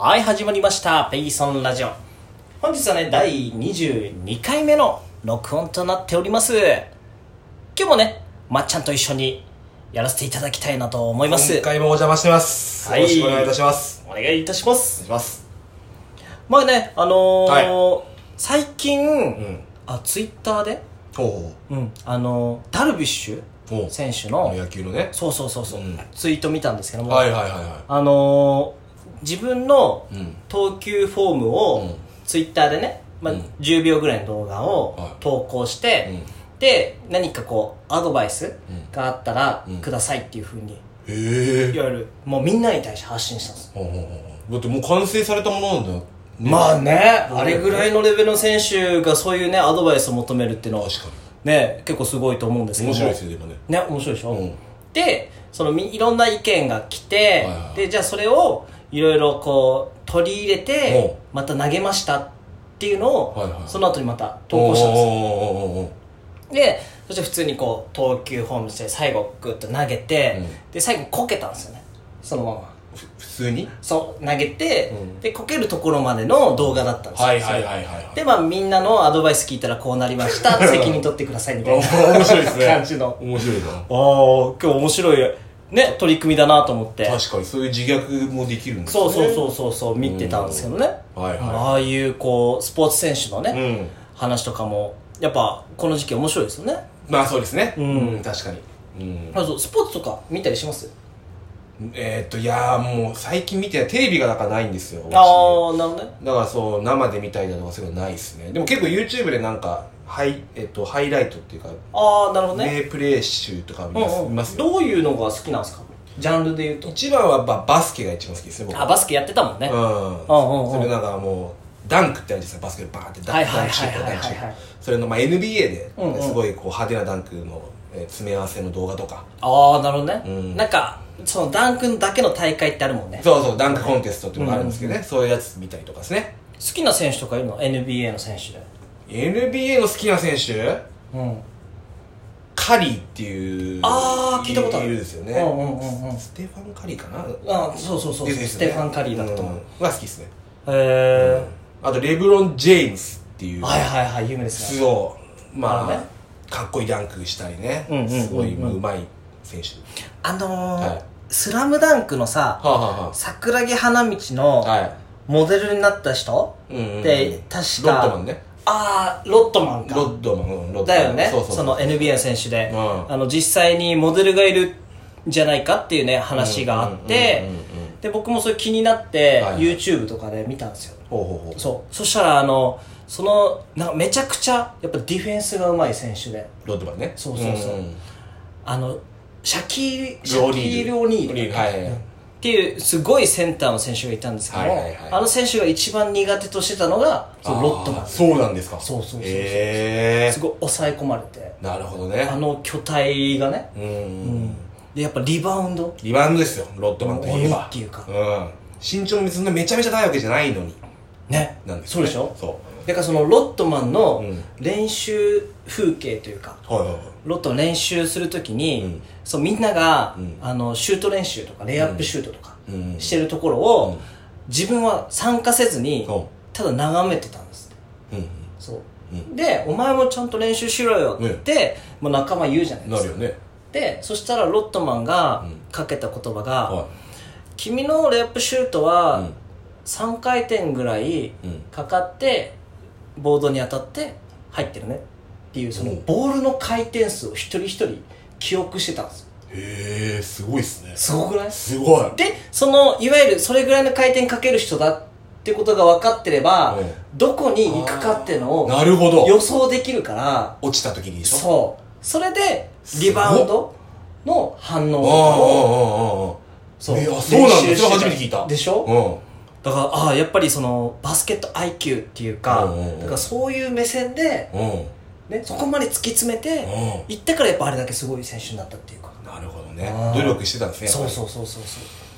はい、始まりましたペイソンラジオ。本日はね、第22回目の録音となっております。今日もね、まっちゃんと一緒にやらせていただきたいなと思います。 今回もお邪魔してます、はい、よろしくお願いいたします。 お願いいたします。 お願いします。 まあね、 はい、 最近、ツイッターでダルビッシュ選手の野球のね、 そう、ツイート見たんですけども、自分の投球フォームをツイッターでね、10秒ぐらいの動画を投稿して、で何かこうアドバイスがあったらくださいっていう風にいわゆるもうみんなに対して発信したんです。 だってもう完成されたものなんだよ、 まあね、あれぐらいのレベルの選手がそういうねアドバイスを求めるっていうのはね、結構すごいと思うんですけども、 面白いですよね。 面白いでしょ、でそのいろんな意見が来て、でじゃあそれをいろいろこう取り入れてまた投げましたっていうのを、その後にまた投稿したんですよ。でそして普通にこう投球フォームして最後グッと投げて、で最後こけたんですよね、そのまま普通にそう投げて、でこけるところまでの動画だったんですよ。でみんなのアドバイス聞いたらこうなりました責任取ってくださいみたいな面白いですね感じの面白いな。 今日面白いね取り組みだなと思って。 確かにそういう自虐もできるんですね。 そう見てたんですけどね、ああいうこうスポーツ選手のね、話とかもやっぱこの時期面白いですよね。 まあそうですね、確かに、 スポーツとか見たりします？ いやもう最近見てテレビがなんかないんですよ。 なるほどね。 だからそう生で見たりだとかそういうのないですね。でも結構 YouTube でなんかハイライトっていうか、 なるほどね、 名プレー集とか見ますよ。 どういうのが好きなんですか？ジャンルで言うと一番はバスケが一番好きですね、僕は。 バスケやってたもんね。 それなんかもうダンクってあるじゃないですか、バスケでバーンってダンクシュートダンクシュート、それのNBA ですごいこう派手なダンクの詰め合わせの動画とか。 なるほどね、なんかそのダンクだけの大会ってあるもんね。 そうダンクコンテストっていうのがあるんですけどね、そういうやつ見たりとかですね。 好きな選手とかいるの？ NBA の選手で。 NBA の好きな選手、カリーっていう聞いたことある。 いるんですよね、ステファン・カリーかな。 そうステファン・カリーだったと思う。 は好きですね。あとレブロン・ジェームスっていう、 有名ですね。 そうかっこいいダンクしたりね、すごいうまい選手。 スラムダンクのさ、桜木花道のモデルになった人って確かロッドマンね。 ロッドマンか。 ロッドマンだよね。その NBA 選手で実際にモデルがいるんじゃないかっていうね話があって、で僕もそれ気になって YouTube とかで見たんですよ。そしたらそのなんかめちゃくちゃやっぱディフェンスがうまい選手で、 ロッドマンね。 そうシャキール・オニールっていうすごいセンターの選手がいたんですけども、あの選手が一番苦手としてたのがそのロッドマン。 そうなんですか。 そうすごい抑え込まれて。 なるほどね。 巨体がね、でやっぱリバウンドですよ、ロッドマンといえば。 鬼っていうか、 身長もそんなめちゃめちゃ高いわけじゃないのにね。 なんですそうでしょ。だからそのロッドマンの練習風景というか、ロッドの練習するときに、みんながシュート練習とかレイアップシュートとかしてるところを自分は参加せずにただ眺めてたんですって。でお前もちゃんと練習しろよって仲間言うじゃないですか。でそしたらロッドマンがかけた言葉が、君のレイアップシュートは3回転ぐらいかかってボードに当たって入ってるねっていう、そのボールの回転数を一人一人記憶してたんですよ。 へえ、すごいっすね。 すごくない？ すごい。 でいわゆるそれぐらいの回転かける人だってことが分かってれば、どこに行くかっていうのを予想できるから、 落ちた時にでしょ。 それでリバウンドの反応をそうなんだ。それ初めて聞いたでしょ。だからやっぱりそのバスケット IQ っていうか、だからそういう目線で、そこまで突き詰めていったからやっぱあれだけすごい選手になったっていうか。 なるほどね。努力してたんですね。 そう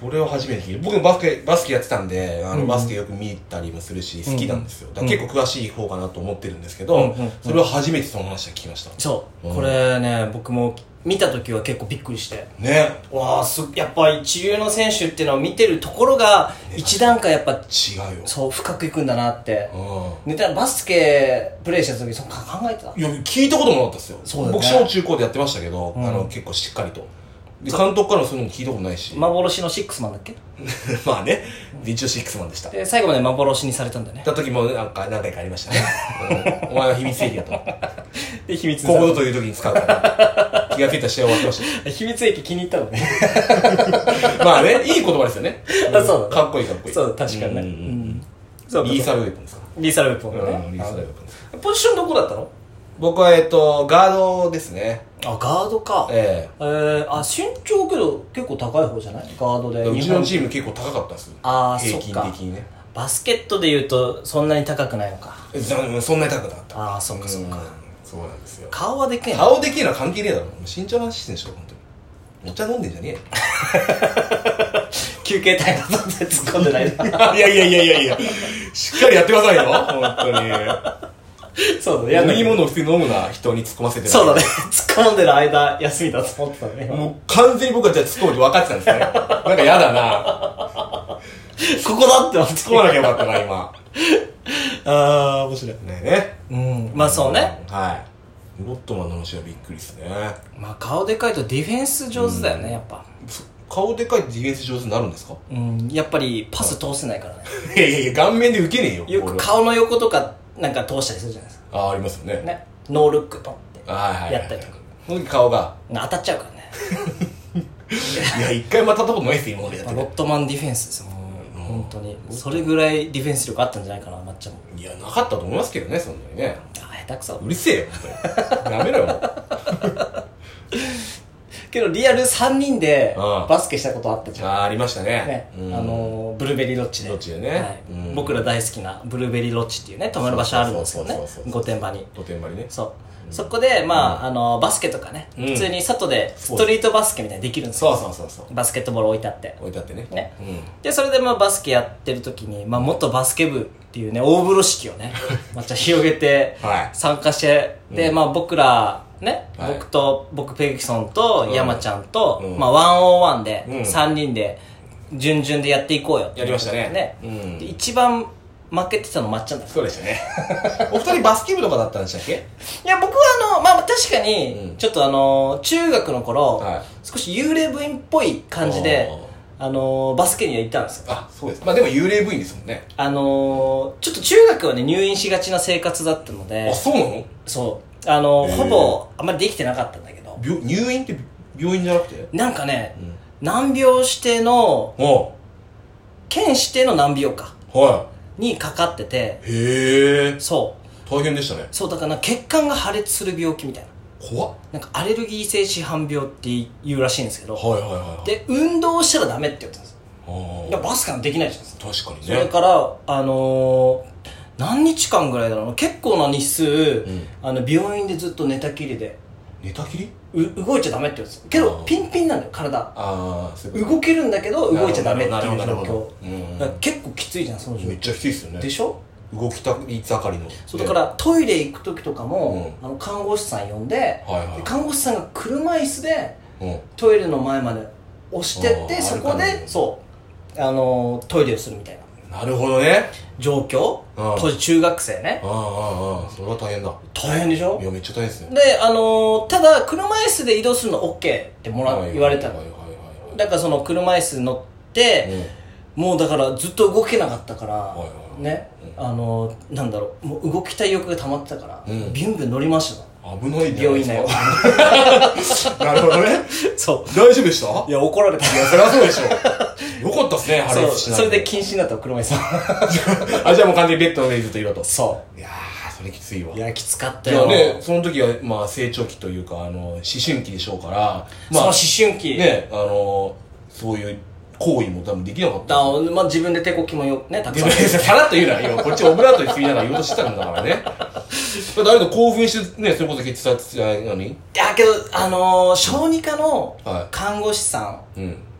それを初めて聞いて、僕もバスケやってたんで、バスケよく見たりもするし、好きなんですよ。だから結構詳しい方かなと思ってるんですけど、それを初めてその話は聞きました。 そう。これね、僕も見た時は結構びっくりして。 ね。 わあ、やっぱ一流の選手っていうのを見てるところが、一段階やっぱ、違うよ。 そう、深くいくんだなって。バスケプレイした時、そう考えてた。 いや、聞いたこともなかったですよ。 そうだね。 僕、小中高でやってましたけど、結構しっかりと。で監督からもそういうの聞いたことないし、 幻のシックスマンだっけまあね、一応シックスマンでした。 で最後まで幻にされたんだね。 た時も何回かありましたね。お前は秘密兵器だと。 で秘密ここという時に使うから気がついた試合終わってました秘密兵器気に入ったのね。 まあね、いい言葉ですよね。 そうかっこいいかっこいい。 そう確かにね。 リーサルウェポンですか。 リーサルウェポンだね。 リーサルウェポン。 ポジションどこだったの？ 僕はガードですね。 あ、ガードか。身長けど結構高い方じゃない？ガードで。 うちのチーム結構高かったです。平均的にね。 バスケットで言うとそんなに高くないのか。 そんなに高くなかった。 ああ、そっかそっか。 そうなんですよ。 顔はでけえな。 顔でけえのは関係ねえだろ。身長の話してんでしょ、本当に。お茶飲んでんじゃねえよ。 休憩タイム取って突っ込んでないな。 いや。しっかりやってくださいよ、本当に。 そうだね。 飲み物を普通に飲むな、人に突っ込ませて。 そうだね。突っ込んでる間、休みだと思ってたね。 もう完全に僕はじゃあ突っ込むって分かってたんですね。なんか嫌だな。 ここだって思って。 突っ込まなきゃよかったな、今。 あー、面白い。 ね。 まあそうね。 はい。ロットマンの話はびっくりですね。 まあ顔でかいとディフェンス上手だよね、やっぱ。 顔でかいとディフェンス上手になるんですか？ やっぱりパス通せないからね。 いや、顔面で受けねえよ。 よく顔の横とかなんか通したりするじゃないですか。 ありますよね。 ね。ノールックとってやったりとか。 その時顔が当たっちゃうからね。 いや、一回も当たったことないですよ、今までやって。 ロットマンディフェンスですよ。本当に。それぐらいディフェンス力あったんじゃないかな、まっちゃんも。 いや、なかったと思いますけどね、そんなにね。 下手くそ。 うるせえよ、本当に。やめろよ、もう。 けどリアル3人でバスケしたことあったじゃん。 ありましたね。 ブルーベリーロッチで。 ロッチでね。 僕ら大好きなブルーベリーロッチっていうね、泊まる場所あるんですよね。御殿場に。 御殿場にね。 そう。そこで、バスケとかね、普通に外でストリートバスケみたいにできるんですよ。 そう。 バスケットボール置いてあって。 置いてあってね。 で、それでバスケやってる時に、元バスケ部っていうね、大風呂敷をね、広げて参加して、で、僕ら、ね、僕ペグキソンと山ちゃんと、101で3人で順々でやっていこうよってやりましたね。 で一番負けてたのまっちゃんだ。 そうでしたね。お二人バスケ部とかだったんでしたっけ？ いや、僕は確かにちょっと中学の頃少し幽霊部員っぽい感じでバスケには行ったんですよ。 あ、そうです。でも幽霊部員ですもんね。 ちょっと中学はね入院しがちな生活だったので。 あ、そうなの？ そう。ほぼあんまりできてなかったんだけど。 入院って病院じゃなくて？ なんかね、難病指定の県指定の難病かにかかってて。 へえ。 そう。 大変でしたね。 そう、だから血管が破裂する病気みたいな。 怖っ。 なんかアレルギー性紫斑病って言うらしいんですけど。で、運動したらダメって言ったんですよ。いや、バスケなんてできないじゃないですか。 確かにね。 それから何日間ぐらいだろう、結構な日数、病院でずっと寝たきりで。 寝たきり？ 動いちゃダメって言うんですよ。けどピンピンなんだよ、体。動けるんだけど動いちゃダメっていう状況。結構きついじゃん、その状況。 めっちゃきついですよね。 でしょ？ 動きたい盛りの。 そう、だからトイレ行く時とかも看護師さん呼んで、看護師さんが車椅子でトイレの前まで押してって、そこでそうトイレをするみたいな。 なるほどね。 状況。当時中学生ね。 それは大変だ。 大変でしょ？ いや、めっちゃ大変ですね。 で、ただ車椅子で移動するの OK って言われたの。だからその車椅子乗って、もうだからずっと動けなかったからね、なんだろう、もう動きたい欲が溜まってたから、ビュンビュン乗りました。 危ないね。 病院だよ。 なるほどね。 そう。 大丈夫でした？ いや、怒られた。 いや、そりゃそうでしょ。よかったっすね、破裂しない。 それで禁止になった車椅子。 あ、じゃあもう完全にベッドの上にずっといろと。 そう。 いやー、それきついわ。 いや、きつかったよ。 いやね、その時は、成長期というか、思春期でしょうから、 その思春期。 ね、そういう、行為も多分できなかった。 自分で手こきもね、たくさん。 さらっと言うな、今、こっちオブラートに過ぎながら言おうとしてたんだからね。だけど興奮してね、それこそ血圧、何？ いや、けど、小児科の看護師さん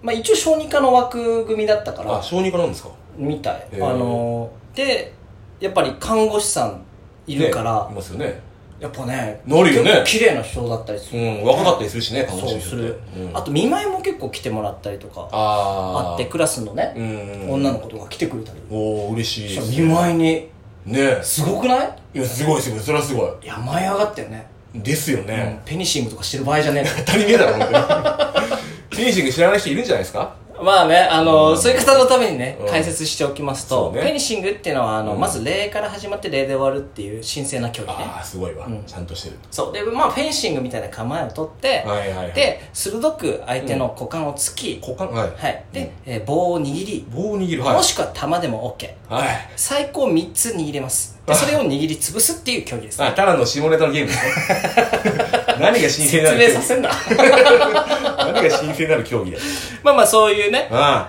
まあ一応小児科の枠組みだったから。 あ、小児科なんですか？ みたい。で、やっぱり看護師さんいるから、 いますよね。 やっぱね、 なるよね。 結構綺麗な人だったりする。 うん、若かったりするしね、看護師の人。 そうする。あと見舞いも結構来てもらったりとか、あって、クラスのね、女の子とか来てくれたり。 おー、嬉しい。 見舞いに。 ね、 すごくない？ いや、すごいすごい、それはすごい。 いや、舞い上がったよね。 ですよね。 ペニシングとかしてる場合じゃねえの。 当たり前だろ、本当に。ペニシング知らない人いるんじゃないですか？ まあね、そういう方のためにね、解説しておきますと、ペニシングっていうのは、まず礼から始まって礼で終わるっていう神聖な競技ね。 ああ、すごいわ。ちゃんとしてる。 そう。で、まあ、フェンシングみたいな構えを取って、で、鋭く相手の股間を突き、はい。で、棒を握り、もしくは玉でも OK。はい。最高3つ握れます。で、それを握り潰すっていう競技ですね。 ただの下ネタのゲームですね。何が神聖なる説明させんな。 何が神聖なる競技だよ。 まあまあ、そういうね。はい。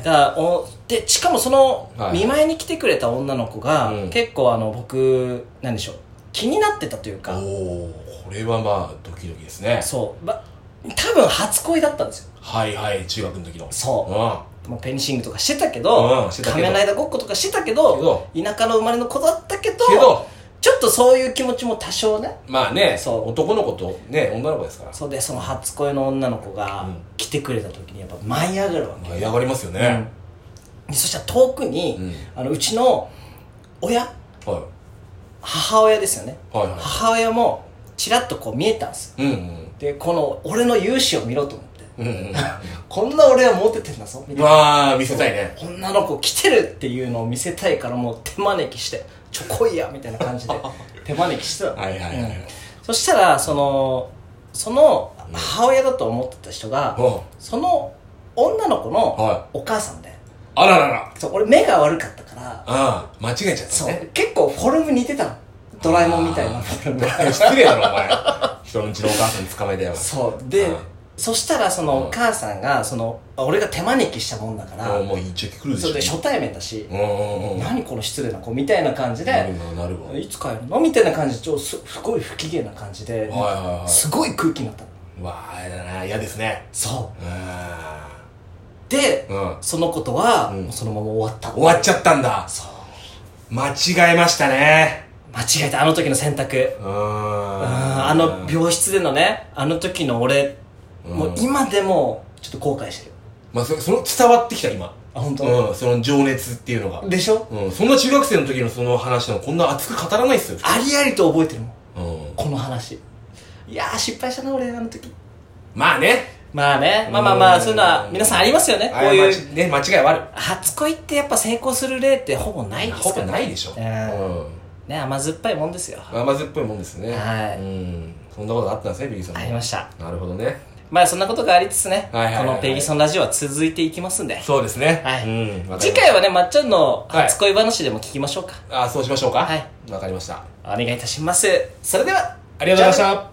で、しかもその、見舞いに来てくれた女の子が、結構僕、なんでしょう、気になってたというか。 おー、これはまあ、ドキドキですね。 そう。多分初恋だったんですよ。 はいはい、中学の時の。 そう。ペニシングとかしてたけど、仮面ライダーごっことかしてたけど、田舎の生まれの子だったけど、ちょっとそういう気持ちも多少ね。 まあね、男の子とね、女の子ですから。 そうで、その初恋の女の子が来てくれた時にやっぱ舞い上がるわけ。 舞い上がりますよね。 そしたら遠くに、うちの親、母親ですよね。母親もちらっとこう見えたんです。で、この俺の勇姿を見ろと思って。こんな俺はモテてんだぞみたいな。 わー、見せたいね。 女の子来てるっていうのを見せたいから、もう手招きしてちょ来いやみたいな感じで手招きしてたの。そしたらその母親だと思ってた人が、その女の子のお母さんで、 あららら。 そう、俺目が悪かったから、 間違えちゃったね。 そう、結構フォルム似てたの。ドラえもんみたいなフォルム。 失礼だろお前。人のうちのお母さんに捕まえたよ。 そうで、そしたらそのお母さんが俺が手招きしたもんだから、 もう一応来るでしょ。 それで初対面だし、何この失礼な子みたいな感じで、いつ帰るのみたいな感じで、すごい不機嫌な感じで、すごい空気になったの。 わあ、あれだな、嫌ですね。 そうで、そのことはそのまま終わった。 終わっちゃったんだ。そう、間違えましたね。 間違えた、あの時の選択。あの病室でのね、あの時の俺、もう今でもちょっと後悔してる。 まあその伝わってきた今。 あ、本当？ その情熱っていうのが。 でしょ？ そんな中学生の時のその話のこんな熱く語らないっすよ。 ありありと覚えてるもん。この話。いやー、失敗したな俺、あの時。 まあね。 まあ、そういうのは皆さんありますよね。こういうね、間違いはある。 初恋ってやっぱ成功する例ってほぼないですからね。 ほぼないでしょ。 ね、甘酸っぱいもんですよ。 甘酸っぱいもんですね。 はい。 そんなことがあったんですね、ペギさんも。 ありました。 なるほどね。 まあそんなことがありつつね、このペギソンラジオは続いていきますんで。 そうですね。 はい。次回はね、まっちゃんの初恋話でも聞きましょうか。 そうしましょうか。はい。わかりました。 お願いいたします。それでは、 ありがとうございました。